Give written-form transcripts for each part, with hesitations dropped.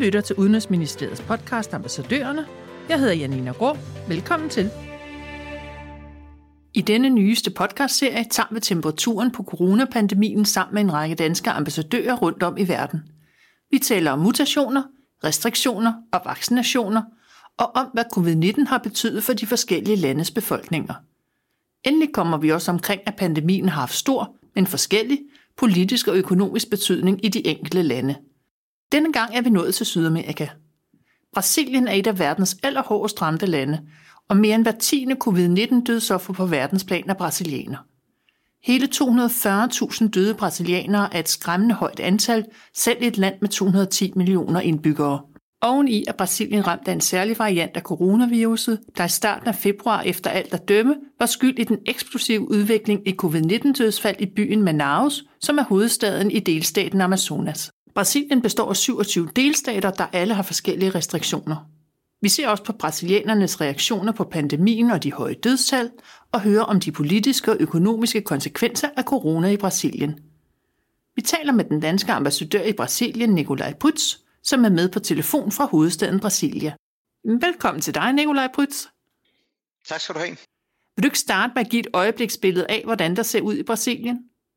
lytter til Udenrigsministeriets podcast Ambassadørerne. Jeg hedder Janina Grå. Velkommen til. I denne nyeste podcastserie tager vi temperaturen på coronapandemien sammen med en række danske ambassadører rundt om i verden. Vi taler om mutationer, restriktioner og vaccinationer, og om hvad covid-19 har betydet for de forskellige landes befolkninger. Endelig kommer vi også omkring, at pandemien har haft stor, men forskellig politisk og økonomisk betydning i de enkelte lande. Denne gang er vi nået til Sydamerika. Brasilien er et af verdens allerhårdest ramte lande, og mere end hver 10. covid-19 dødsoffer på verdensplan er brasilianer. Hele 240.000 døde brasilianere er et skræmmende højt antal, selv i et land med 210 millioner indbyggere. Oveni er Brasilien ramt af en særlig variant af coronaviruset, der i starten af februar efter alt at dømme var skyld i den eksplosive udvikling i covid-19-dødsfald i byen Manaus, som er hovedstaden i delstaten Amazonas. Brasilien består af 27 delstater, der alle har forskellige restriktioner. Vi ser også på brasilianernes reaktioner på pandemien og de høje dødstal, og hører om de politiske og økonomiske konsekvenser af corona i Brasilien. Vi taler med den danske ambassadør i Brasilien, Nicolai Prytz, som er med på telefon fra hovedstaden Brasilia. Velkommen til dig, Nicolai Prytz. Tak skal du have. Vil du ikke starte med at give et øjebliksbillede af, hvordan der ser ud i Brasilien?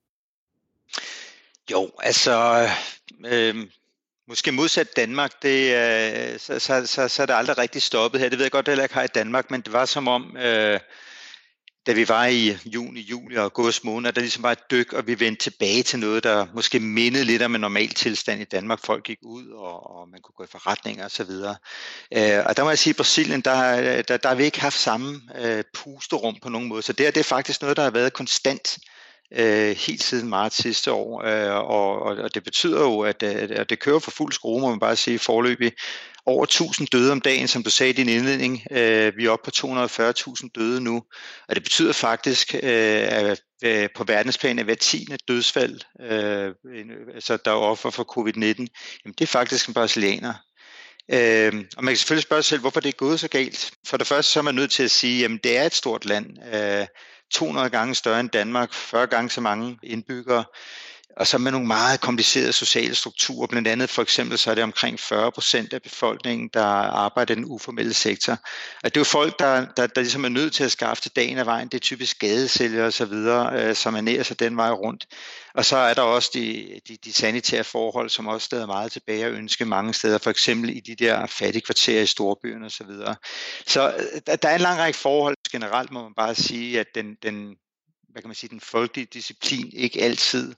Jo, altså måske modsat Danmark, så er det aldrig rigtig stoppet her. Det ved jeg godt, heller ikke har i Danmark, men det var som om, da vi var i juni, juli og august måned, der ligesom var et dyk, og vi vendte tilbage til noget, der måske mindede lidt om en normal tilstand i Danmark. Folk gik ud, og man kunne gå i forretninger osv. Og der må jeg sige, at i Brasilien, der har vi ikke haft samme pusterum på nogen måde. Så det er faktisk noget, der har været konstant helt siden marts sidste år, og det betyder jo, at det kører for fuld skrue, må man bare sige, foreløbig. Over 1000 døde om dagen, som du sagde i din indledning. Vi er oppe på 240.000 døde nu, og det betyder faktisk, at på verdensplan er hver 10. dødsfald, altså der er offer for covid-19, jamen det er faktisk en brasilianer. Og man kan selvfølgelig spørge sig selv, hvorfor det er gået så galt. For det første så er man nødt til at sige, at det er et stort land, 200 gange større end Danmark, 40 gange så mange indbyggere, og så med nogle meget komplicerede sociale strukturer. Blandt andet for eksempel så er det omkring 40% af befolkningen, der arbejder i den uformelle sektor. Og det er jo folk, der ligesom er nødt til at skaffe til dagen af vejen. Det er typisk gadesælgere og så videre, som ernærer sig den vej rundt. Og så er der også de sanitære forhold, som også stadig er meget tilbage at ønske mange steder, for eksempel i de der fattige kvarterer i storbyerne og så videre. Så der er en lang række forhold. Generelt må man bare sige, at den folkelige disciplin ikke altid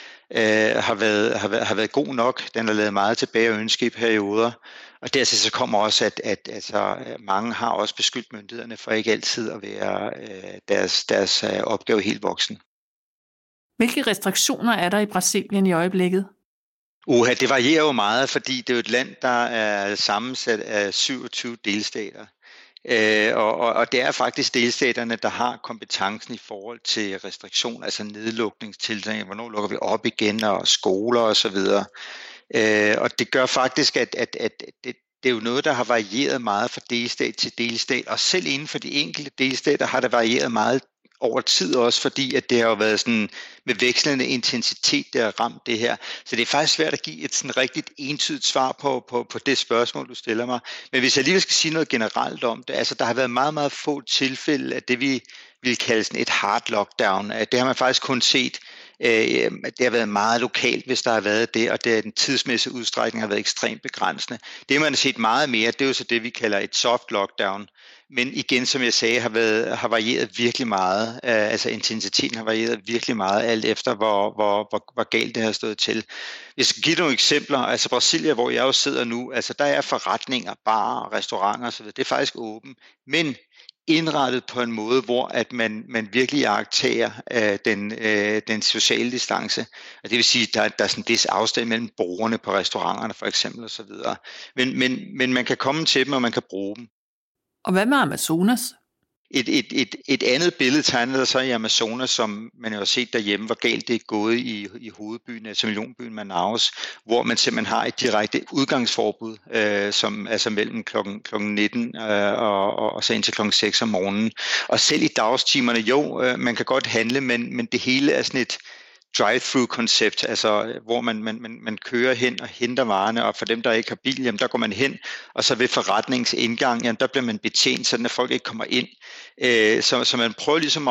har været god nok. Den har lavet meget tilbage at ønske i perioder. Og dertil så kommer også, at mange har også beskyldt myndighederne for ikke altid at være deres opgave helt voksen. Hvilke restriktioner er der i Brasilien i øjeblikket? Det varierer jo meget, fordi det er jo et land, der er sammensat af 27 delstater. Og det er faktisk delstaterne, der har kompetencen i forhold til restriktion, altså nedlukningstiltag, hvornår lukker vi op igen, og skoler og så videre. Og det gør faktisk, at det er jo noget, der har varieret meget fra delstat til delstat, og selv inden for de enkelte delstater har det varieret meget over tid også, fordi at det har jo været sådan med vekslende intensitet, der har ramt det her. Så det er faktisk svært at give et sådan rigtigt entydigt svar på det spørgsmål, du stiller mig. Men hvis jeg alligevel skal sige noget generelt om det, altså der har været meget, meget få tilfælde af det, vi vil kalde sådan et hard lockdown. Det har man faktisk kun set. Det har været meget lokalt, hvis der har været det, og den tidsmæssige udstrækning har været ekstremt begrænsende. Det, man har set meget mere, det er jo så det, vi kalder et soft lockdown. Men igen, som jeg sagde, har varieret virkelig meget. Altså intensiteten har varieret virkelig meget, alt efter hvor galt det har stået til. Jeg skal give nogle eksempler. Altså Brasilia, hvor jeg jo sidder nu, altså der er forretninger, barer, restauranter osv. Det er faktisk åbent, men indrettet på en måde, hvor at man virkelig iagttager den sociale distance. Og det vil sige, der er sådan en vis afstand mellem brugerne på restauranterne for eksempel og så videre. Men man kan komme til dem, og man kan bruge dem. Og hvad med Amazonas? Et andet billede tegner der så i Amazonas, som man jo har set derhjemme, hvor galt det er gået i hovedbyen, altså millionbyen Manaus, hvor man simpelthen har et direkte udgangsforbud, som altså mellem klokken 19 og så indtil klokken 6 om morgenen. Og selv i dagstimerne, man kan godt handle, men det hele er sådan et drive-through-koncept, altså hvor man kører hen og henter varerne, og for dem, der ikke har bil, jamen, der går man hen, og så ved forretningsindgang, jamen, der bliver man betjent, sådan at folk ikke kommer ind. Så man prøver ligesom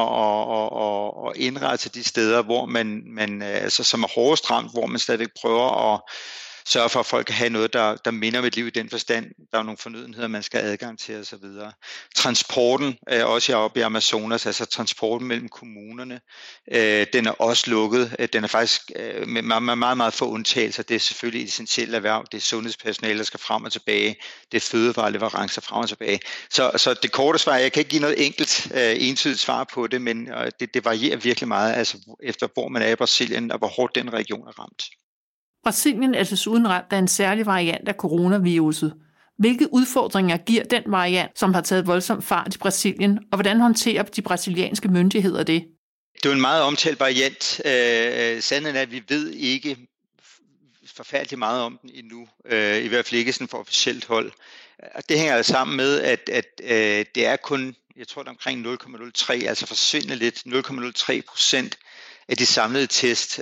at indrette de steder, hvor man altså, som er hårdest ramt, hvor man stadigvæk prøver at sørge for, at folk kan have noget, der minder om et liv i den forstand. Der er nogle fornødenheder, man skal have adgang til osv. Transporten er også oppe i Amazonas, altså transporten mellem kommunerne, den er også lukket. Den er faktisk med meget, meget få undtagelser. Det er selvfølgelig et essentielt erhverv. Det er sundhedspersonale, der skal frem og tilbage. Det er fødevareleverancer frem og tilbage. Så det korte svar, jeg kan ikke give noget enkelt, entydigt svar på det, men det varierer virkelig meget, altså efter hvor man er i Brasilien, og hvor hårdt den region er ramt. Brasilien er desuden ramt af en særlig variant af coronaviruset. Hvilke udfordringer giver den variant, som har taget voldsom fart i Brasilien, og hvordan håndterer de brasilianske myndigheder det? Det er en meget omtalt variant. Sandheden er, at vi ved ikke forfærdeligt meget om den endnu, i hvert fald ikke sådan for officielt hold. Og det hænger altså sammen med, at det er kun, jeg tror det er omkring 0,03, altså forsvindende lidt, 0,03% af de samlede test,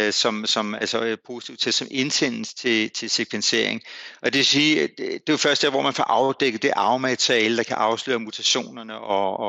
altså positive test, som indsendes til sekvensering. Og det vil sige, det er jo først der, hvor man får afdækket det arvemateriale, der kan afsløre mutationerne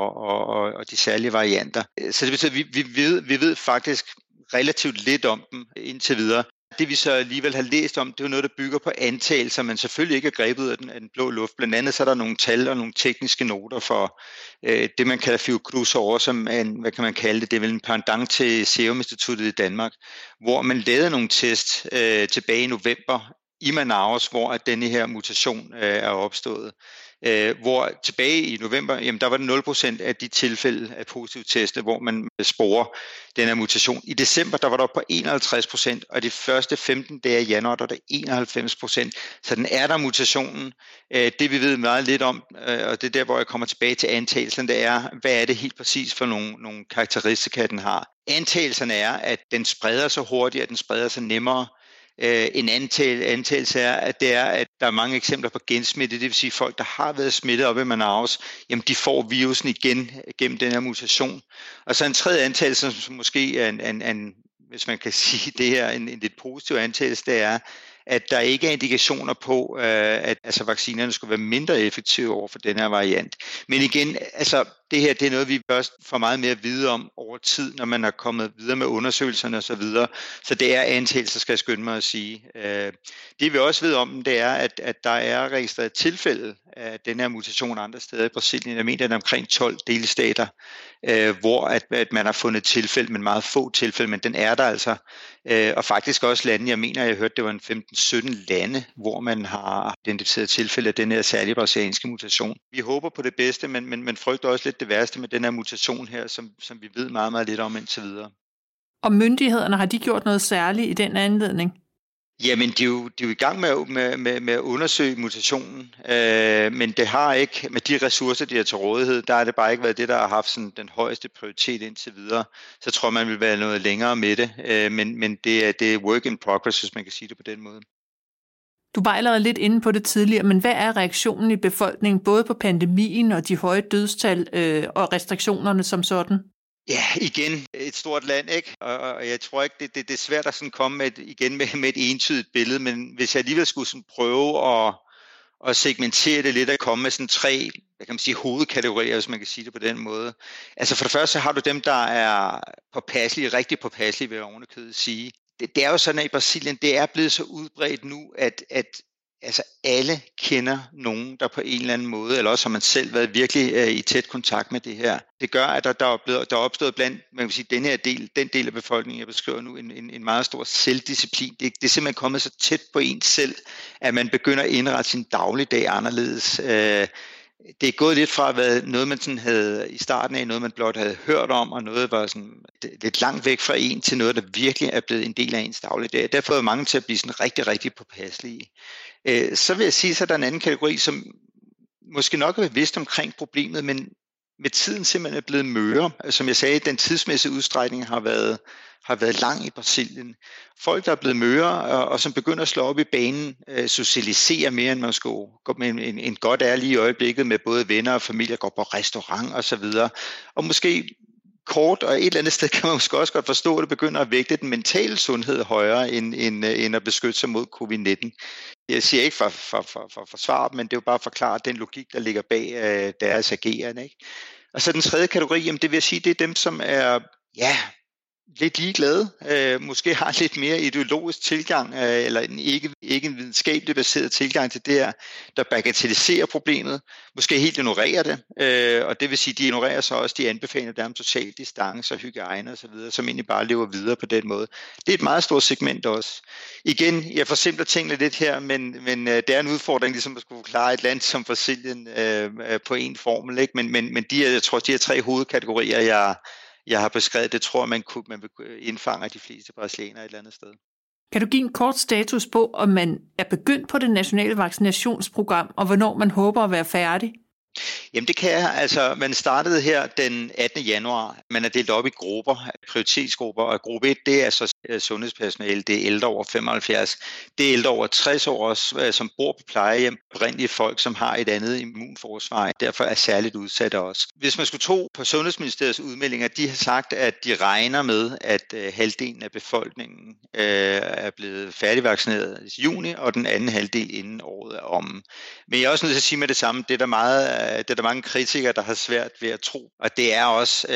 og de særlige varianter. Så det betyder, at vi ved faktisk relativt lidt om dem indtil videre. Det vi så alligevel har læst om, det er jo noget, der bygger på antagelser, men selvfølgelig ikke er grebet ud af den blå luft. Blandt andet så er der nogle tal og nogle tekniske noter for det, man kalder Fiocruz, som en, hvad kan man kalde det, det er vel en pendant til Serum Instituttet i Danmark, hvor man lavede nogle test tilbage i november i Manaus, hvor at denne her mutation er opstået. Hvor tilbage i november, jamen der var det 0% af de tilfælde af positive teste, hvor man sporer den her mutation. I december, der var der på 51%, og de første 15 dage af januar, der var det 91%. Så den er der mutationen. Det vi ved meget lidt om, og det er der, hvor jeg kommer tilbage til antagelsen, det er, hvad er det helt præcis for nogle karakteristika, den har. Antagelserne er, at den spreder sig hurtigt, at den spreder sig nemmere. En antagelse er, at der er mange eksempler på gensmitte, det vil sige folk, der har været smittet op i Manaus, jamen de får virusen igen gennem den her mutation. Og så en tredje antagelse, som måske er en hvis man kan sige det her, en lidt positiv antagelse, det er, at der ikke er indikationer på, at altså, vaccinerne skulle være mindre effektive over for den her variant. Men igen, altså, det her det er noget, vi først får meget mere at vide om over tid, når man er kommet videre med undersøgelserne osv. Så det er antagelser, skal jeg skynde mig at sige. Det vi også ved om, det er, at der er registreret tilfælde af den her mutation andre steder i Brasilien. Jeg mener, at der er omkring 12 delstater, hvor at man har fundet tilfælde, men meget få tilfælde, men den er der altså. Og faktisk også lande, jeg mener, jeg hørte, det var en 15-17 lande, hvor man har identificeret tilfælde af den her særlige brasilianske mutation. Vi håber på det bedste, men frygter også lidt det værste med den her mutation her, som vi ved meget, meget lidt om indtil videre. Og myndighederne, har de gjort noget særligt i den anledning? Jamen, de er jo i gang med at undersøge mutationen, men det har ikke, med de ressourcer, de har til rådighed, der har det bare ikke været det, der har haft sådan den højeste prioritet indtil videre. Så tror man vil være noget længere med det, men det er work in progress, hvis man kan sige det på den måde. Du var allerede lidt inde på det tidligere, men hvad er reaktionen i befolkningen, både på pandemien og de høje dødstal og restriktionerne som sådan? Ja, igen et stort land, ikke? Og jeg tror ikke, det er svært at sådan komme med et entydigt billede, men hvis jeg alligevel skulle sådan prøve at segmentere det lidt og komme med sådan 3, hvad kan man sige, hovedkategorier, hvis man kan sige det på den måde. Altså for det første så har du dem, der er påpasselige, rigtig påpasselige, vil jeg ovenikøbet sige. Det er jo sådan, at i Brasilien, det er blevet så udbredt nu, at altså alle kender nogen, der på en eller anden måde, eller også har man selv været virkelig i tæt kontakt med det her. Det gør, at der er opstået blandt, man kan sige, den del af befolkningen, jeg beskriver nu, en meget stor selvdisciplin. Det er simpelthen kommet så tæt på en selv, at man begynder at indrette sin dagligdag anderledes. Det er gået lidt fra at være noget, man sådan havde i starten af, noget man blot havde hørt om, og noget var sådan lidt langt væk fra en, til noget, der virkelig er blevet en del af ens dagligdag. Derfor er mange til at blive sådan rigtig, rigtig påpasselige. Så vil jeg sige, så er der en anden kategori, som måske nok er bevidst omkring problemet, men med tiden simpelthen er blevet møre. Som jeg sagde, den tidsmæssige udstrækning har været lang i Brasilien. Folk, der er blevet møre, og som begynder at slå op i banen, socialisere mere, end man skulle gå med en godt ærlig i øjeblikket med både venner og familie, går på restaurant og så videre. Og måske kort, og et eller andet sted kan man måske også godt forstå, at det begynder at vægte den mentale sundhed højere, end at beskytte sig mod covid-19. Jeg siger ikke for forsvar, men det er jo bare at forklare den logik, der ligger bag deres agerende, ikke? Og så den tredje kategori, jamen det vil jeg sige, det er dem, som er, lidt ligeglade, måske har lidt mere ideologisk tilgang, eller ikke en videnskabelig baseret tilgang til det her, der bagatelliserer problemet, måske helt ignorerer det, og det vil sige, de ignorerer så også de anbefalinger, der om social distance og hygiejne osv., som egentlig bare lever videre på den måde. Det er et meget stort segment også. Igen, jeg forsimpler tingene lidt her, men det er en udfordring, ligesom at skulle forklare et land som Brasilien på en formel, ikke? Men jeg tror, de her tre hovedkategorier, jeg har beskrevet, det tror man vil indfange de fleste brasilianere et eller andet sted. Kan du give en kort status på, om man er begyndt på det nationale vaccinationsprogram, og hvornår man håber at være færdig? Jamen det kan jeg. Altså, man startede her den 18. januar. Man er delt op i grupper, prioritetsgrupper, og gruppe 1, det er så sundhedspersonale, det er ældre over 75, det er ældre over 60 år, som bor på plejehjem, oprindelige folk, som har et andet immunforsvar, derfor er særligt udsatte også. Hvis man skulle tro på Sundhedsministeriets udmeldinger, de har sagt, at de regner med, at halvdelen af befolkningen er blevet færdigvaccineret i juni, og den anden halvdel inden året er omme. Men jeg er også nødt til at sige med det samme, det er der mange kritikere, der har svært ved at tro, og det er også,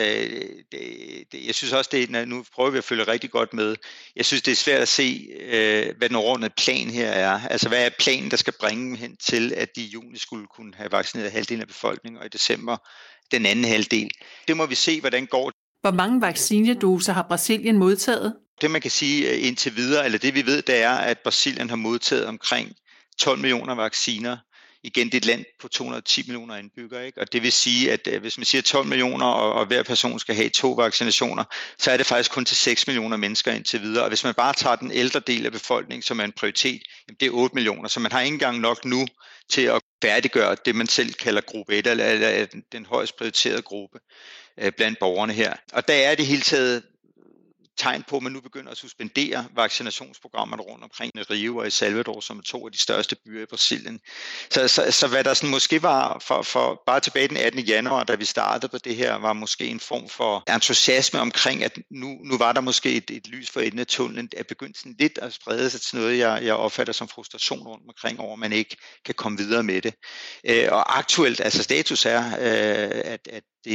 jeg synes også, nu prøver vi at følge rigtig godt med, jeg synes, det er svært at se, hvad den overordnede plan her er. Altså, hvad er planen, der skal bringe dem hen til, at de i juni skulle kunne have vaccineret halvdelen af befolkningen, og i december den anden halvdel. Det må vi se, hvordan går. Hvor mange vaccinedoser har Brasilien modtaget? Det, man kan sige indtil videre, eller det vi ved, det er, at Brasilien har modtaget omkring 12 millioner vacciner. Igen, det er et land på 210 millioner indbyggere, ikke? Og det vil sige, at hvis man siger 12 millioner, og hver person skal have 2 vaccinationer, så er det faktisk kun til 6 millioner mennesker indtil videre. Og hvis man bare tager den ældre del af befolkningen, som er en prioritet, jamen det er 8 millioner. Så man har ikke engang nok nu til at færdiggøre det, man selv kalder gruppe 1, eller den højst prioriterede gruppe blandt borgerne her. Og der er det hele taget tegn på, at man nu begynder at suspendere vaccinationsprogrammerne rundt omkring i Rio og i Salvador, som er 2 af de største byer i Brasilien. Så hvad der sådan måske var for bare tilbage den 18. januar, da vi startede på det her, var måske en form for entusiasme omkring, at nu var der måske et lys for enden af tunnelen, at begyndelsen lidt at sprede sig til noget, jeg opfatter som frustration rundt omkring over, at man ikke kan komme videre med det. Og aktuelt, altså status er, at det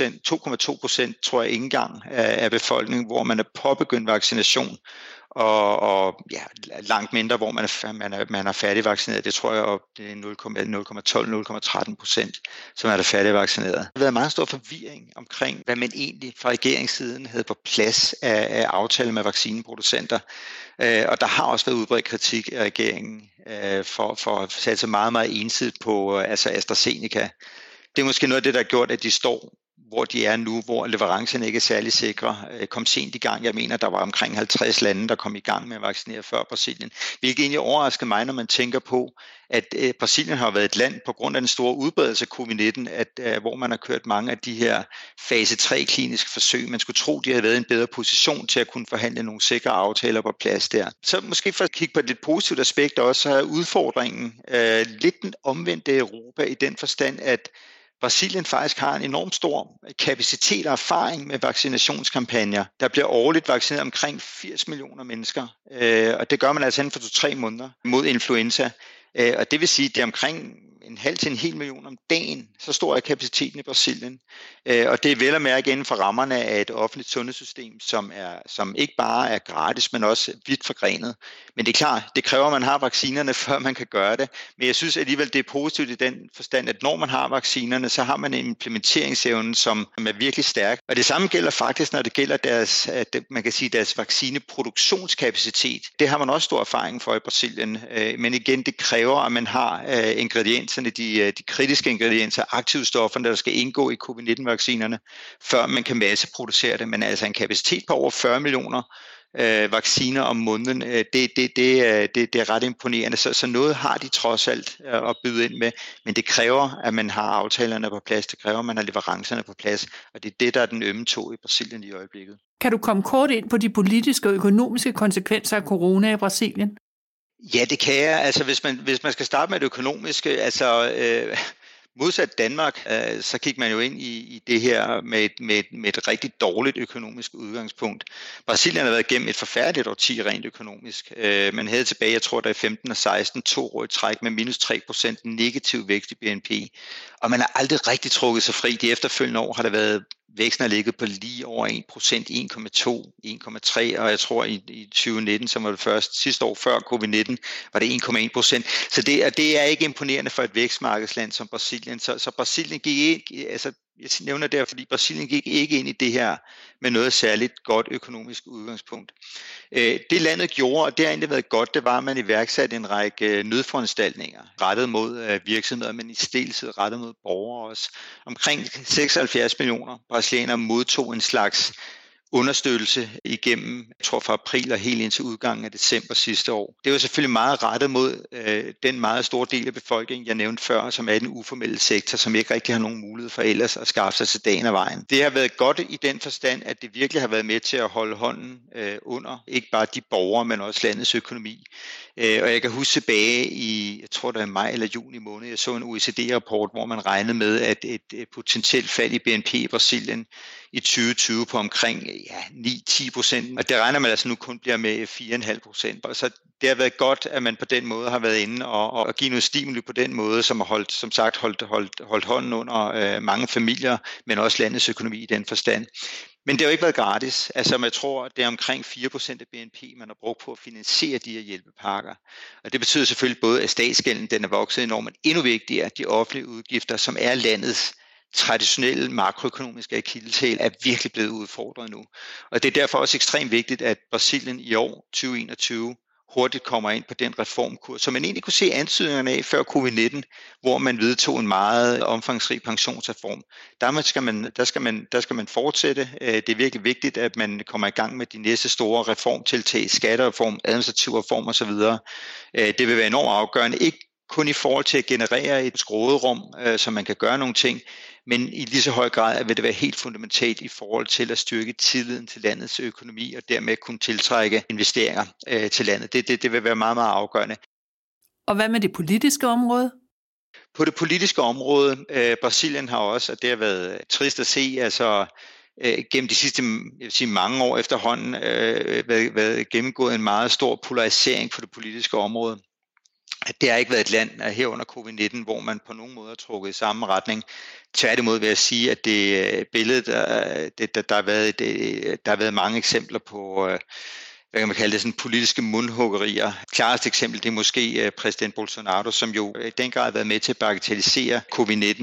er 2,2%, tror jeg, ikke engang af befolkningen, hvor man er påbegyndt vaccination, og langt mindre, hvor man er færdigvaccineret. Det tror jeg, det er 0,12-0,13%, som er der færdigvaccineret. Der har været meget stor forvirring omkring, hvad man egentlig fra regeringssiden havde på plads af aftaler med vaccineproducenter. Og der har også været udbredt kritik af regeringen for at sætte sig meget, meget ensidigt på AstraZeneca. Det er måske noget af det, der har gjort, at de står, hvor de er nu, hvor leverancerne ikke er særlig sikre. Kom sent i gang. Jeg mener, der var omkring 50 lande, der kom i gang med at vaccinere før Brasilien. Hvilket egentlig overrasker mig, når man tænker på, at Brasilien har været et land på grund af den store udbredelse af covid-19, hvor man har kørt mange af de her fase 3 kliniske forsøg. Man skulle tro, de havde været i en bedre position til at kunne forhandle nogle sikre aftaler på plads der. Så måske for at kigge på et lidt positivt aspekt også, så er udfordringen lidt den omvendte Europa i den forstand, at Brasilien faktisk har en enormt stor kapacitet og erfaring med vaccinationskampagner. Der bliver årligt vaccineret omkring 80 millioner mennesker, og det gør man altså inden for 2-3 måneder mod influenza. Og det vil sige, at det er omkring 0,5 til 1 million om dagen, så stor er kapaciteten i Brasilien. Og det er vel at mærke inden for rammerne af et offentligt sundhedssystem, som ikke bare er gratis, men også vidt forgrenet. Men det er klart, det kræver, at man har vaccinerne, før man kan gøre det. Men jeg synes alligevel, det er positivt i den forstand, at når man har vaccinerne, så har man en implementeringsevne, som er virkelig stærk. Og det samme gælder faktisk, når det gælder deres vaccineproduktionskapacitet. Det har man også stor erfaring for i Brasilien. Men igen, det kræver, at man har ingredienserne, de kritiske ingredienser, aktivstofferne, der skal indgå i covid-19-vaccinerne, før man kan masseproducere det. Men altså en kapacitet på over 40 millioner vacciner om måneden, det er ret imponerende. Så noget har de trods alt at byde ind med, men det kræver, at man har aftalerne på plads, det kræver, at man har leverancerne på plads, og det er det, der er den ømme tog i Brasilien i øjeblikket. Kan du komme kort ind på de politiske og økonomiske konsekvenser af corona i Brasilien? Ja, det kan jeg. Altså, hvis man skal starte med det økonomiske, Modsat Danmark, så gik man jo ind i det her med et rigtig dårligt økonomisk udgangspunkt. Brasilien har været igennem et forfærdeligt årti rent økonomisk. Man havde tilbage, jeg tror der i 15 og 16, 2 år i træk med minus 3% negativ vækst i BNP. Og man har aldrig rigtig trukket sig fri. De efterfølgende år har der været væksten har ligget på lige over 1%, 1,2, 1,3, og jeg tror i 2019, som var det første sidste år før covid-19, var det 1,1%. Så det er ikke imponerende for et vækstmarkedsland som Brasilien. Så Brasilien gik ikke, altså jeg nævner det, fordi Brasilien gik ikke ind i det her med noget særligt godt økonomisk udgangspunkt. Det landet gjorde, og det har egentlig været godt, det var, at man iværksatte en række nødforanstaltninger rettet mod virksomheder, men i stilletid rettet mod borgere også. Omkring 76 millioner brasilianere modtog en slags understøttelse igennem, jeg tror fra april og helt indtil udgangen af december sidste år. Det var selvfølgelig meget rettet mod den meget store del af befolkningen, jeg nævnte før, som er i den uformelle sektor, som ikke rigtig har nogen mulighed for ellers at skaffe sig til dagen og vejen. Det har været godt i den forstand, at det virkelig har været med til at holde hånden under, ikke bare de borgere, men også landets økonomi. Og jeg kan huske tilbage i, jeg tror det er maj eller juni måned, jeg så en OECD-rapport, hvor man regnede med, at et potentielt fald i BNP i Brasilien i 2020 på omkring 9-10%, og det regner man altså nu kun bliver med 4,5%. Så det har været godt, at man på den måde har været inde og give noget stimuli på den måde, som har holdt hånden under mange familier, men også landets økonomi i den forstand. Men det har jo ikke været gratis. Altså jeg tror, det er omkring 4% af BNP, man har brugt på at finansiere de her hjælpepakker. Og det betyder selvfølgelig både, at statsgælden den er vokset enormt, men endnu vigtigere, de offentlige udgifter, som er landets traditionelle makroøkonomiske akilleshæl, er virkelig blevet udfordret nu. Og det er derfor også ekstremt vigtigt, at Brasilien i år 2021 hurtigt kommer ind på den reformkurs, som man egentlig kunne se antydningerne af før covid-19, hvor man vedtog en meget omfangsrig pensionsreform. Der skal man fortsætte. Det er virkelig vigtigt, at man kommer i gang med de næste store reformtiltag, skattereform, administrativ reform osv. Det vil være enormt afgørende, ikke kun i forhold til at generere et råderum, så man kan gøre nogle ting, men i lige så høj grad vil det være helt fundamentalt i forhold til at styrke tilliden til landets økonomi og dermed kunne tiltrække investeringer til landet. Det vil være meget, meget afgørende. Og hvad med det politiske område? På det politiske område, Brasilien har også, og det har været trist at se, altså gennem de sidste mange år efterhånden været gennemgået en meget stor polarisering på det politiske område. Det har ikke været et land her under covid-19, hvor man på nogen måde har trukket i samme retning. Tværtimod vil jeg sige, at det billede, der har været mange eksempler på, hvad kan man kalde det, sådan politiske mundhuggerier. Klareste eksempel, det er måske præsident Bolsonaro, som jo i den grad har været med til at bagatellisere covid-19.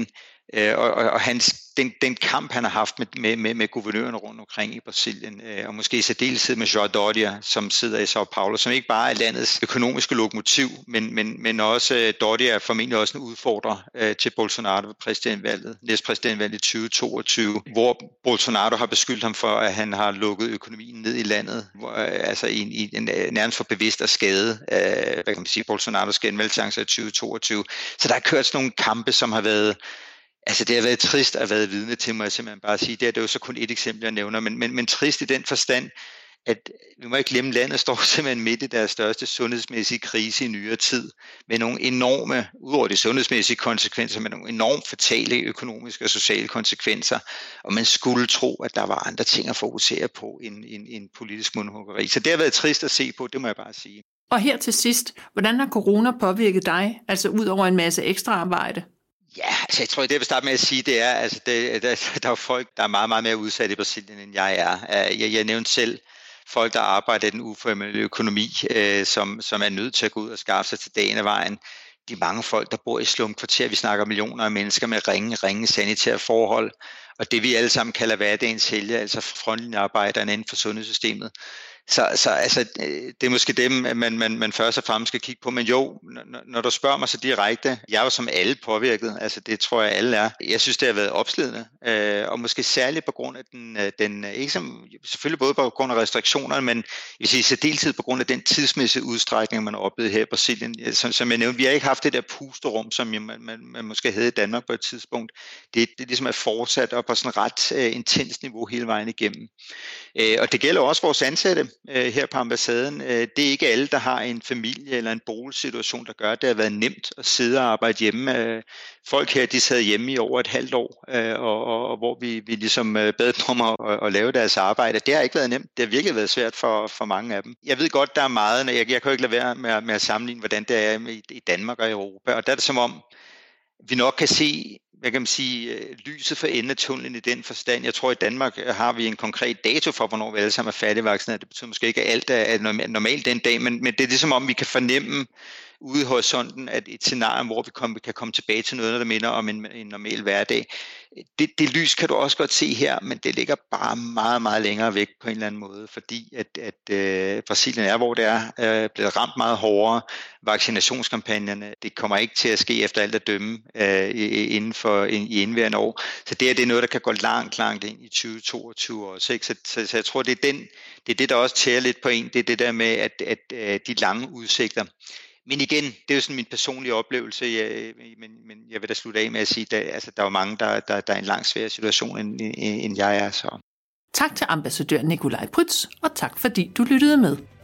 Og den kamp, han har haft med guvernørerne rundt omkring i Brasilien, og måske i særdeleshed med João Dória, som sidder i São Paulo, som ikke bare er landets økonomiske lokomotiv, men også Dória er formentlig også en udfordrer til Bolsonaro ved næstpræsidentvalget i 2022, hvor Bolsonaro har beskyldt ham for, at han har lukket økonomien ned i landet, altså i en nærmest for bevidst at skade, hvad kan man sige, Bolsonaros genvalgschancer i 2022. Så der har kørt sådan nogle kampe, som har været. Altså det har været trist at være vidne til, må jeg simpelthen bare sige. Det er jo så kun et eksempel, jeg nævner, men trist i den forstand, at vi må ikke glemme, landet står simpelthen midt i deres største sundhedsmæssige krise i nyere tid, med nogle enorme, udover de sundhedsmæssige konsekvenser, med nogle enormt fatale økonomiske og sociale konsekvenser, og man skulle tro, at der var andre ting at fokusere på end politisk mundhuggeri. Så det har været trist at se på, det må jeg bare sige. Og her til sidst, hvordan har corona påvirket dig, altså ud over en masse ekstra arbejde? Ja, altså jeg tror, det jeg vil starte med at sige, det er, altså der er jo folk, der er meget, meget mere udsatte i Brasilien, end jeg er. Jeg nævnte selv folk, der arbejder i den uformelle økonomi, som er nødt til at gå ud og skaffe sig til dagen og vejen. De mange folk, der bor i slumkvarter, vi snakker millioner af mennesker med ringe sanitære forhold, og det vi alle sammen kalder hverdagens helte, altså frontlinjearbejderne inden for sundhedssystemet. Så altså, det er måske dem, man først og fremmest skal kigge på. Men jo, når du spørger mig så direkte, jeg er jo som alle påvirket, altså det tror jeg alle er. Jeg synes, det har været opslidende, og måske særligt på grund af den ikke som, selvfølgelig både på grund af restriktionerne, men hvis I særdeleshed på grund af den tidsmæssige udstrækning, man har oplevet her i Brasilien. Som jeg nævnte, vi har ikke haft det der pusterum, som man måske havde i Danmark på et tidspunkt. Det ligesom er fortsat, og på sådan ret intens niveau hele vejen igennem. Og det gælder også vores ansatte her på ambassaden. Det er ikke alle, der har en familie eller en boligsituation, der gør, at det har været nemt at sidde og arbejde hjemme. Folk her, de sad hjemme i over et halvt år, og hvor vi ligesom bad dem om at lave deres arbejde. Det har ikke været nemt. Det har virkelig været svært for mange af dem. Jeg ved godt, der er meget, jeg kan jo ikke lade være med at sammenligne, hvordan det er i Danmark og Europa. Og der er det som om, vi nok kan se, hvad kan man sige, lyset for enden af tunnelen i den forstand. Jeg tror, i Danmark har vi en konkret dato for, hvornår vi alle sammen er færdigvaccineret. Det betyder måske ikke, at alt er normalt den dag, men det er ligesom om, vi kan fornemme ude i horisonten, at et scenarie, hvor vi kan komme tilbage til noget, der minder om en normal hverdag. Det lys kan du også godt se her, men det ligger bare meget, meget længere væk på en eller anden måde, fordi at Brasilien er, hvor det er blevet ramt meget hårdere. Vaccinationskampagnerne, det kommer ikke til at ske efter alt at dømme i indværende år. Så det er noget, der kan gå langt ind i 2022 også. Ikke? Så jeg tror, det er det, der også tærer lidt på en. Det er det der med, at de lange udsigter. Men igen, det er jo sådan min personlige oplevelse, men jeg vil da slutte af med at sige, at der er jo mange, der er i en langt sværere situation, end jeg er. Så. Tak til ambassadør Nikolaj Prytz, og tak fordi du lyttede med.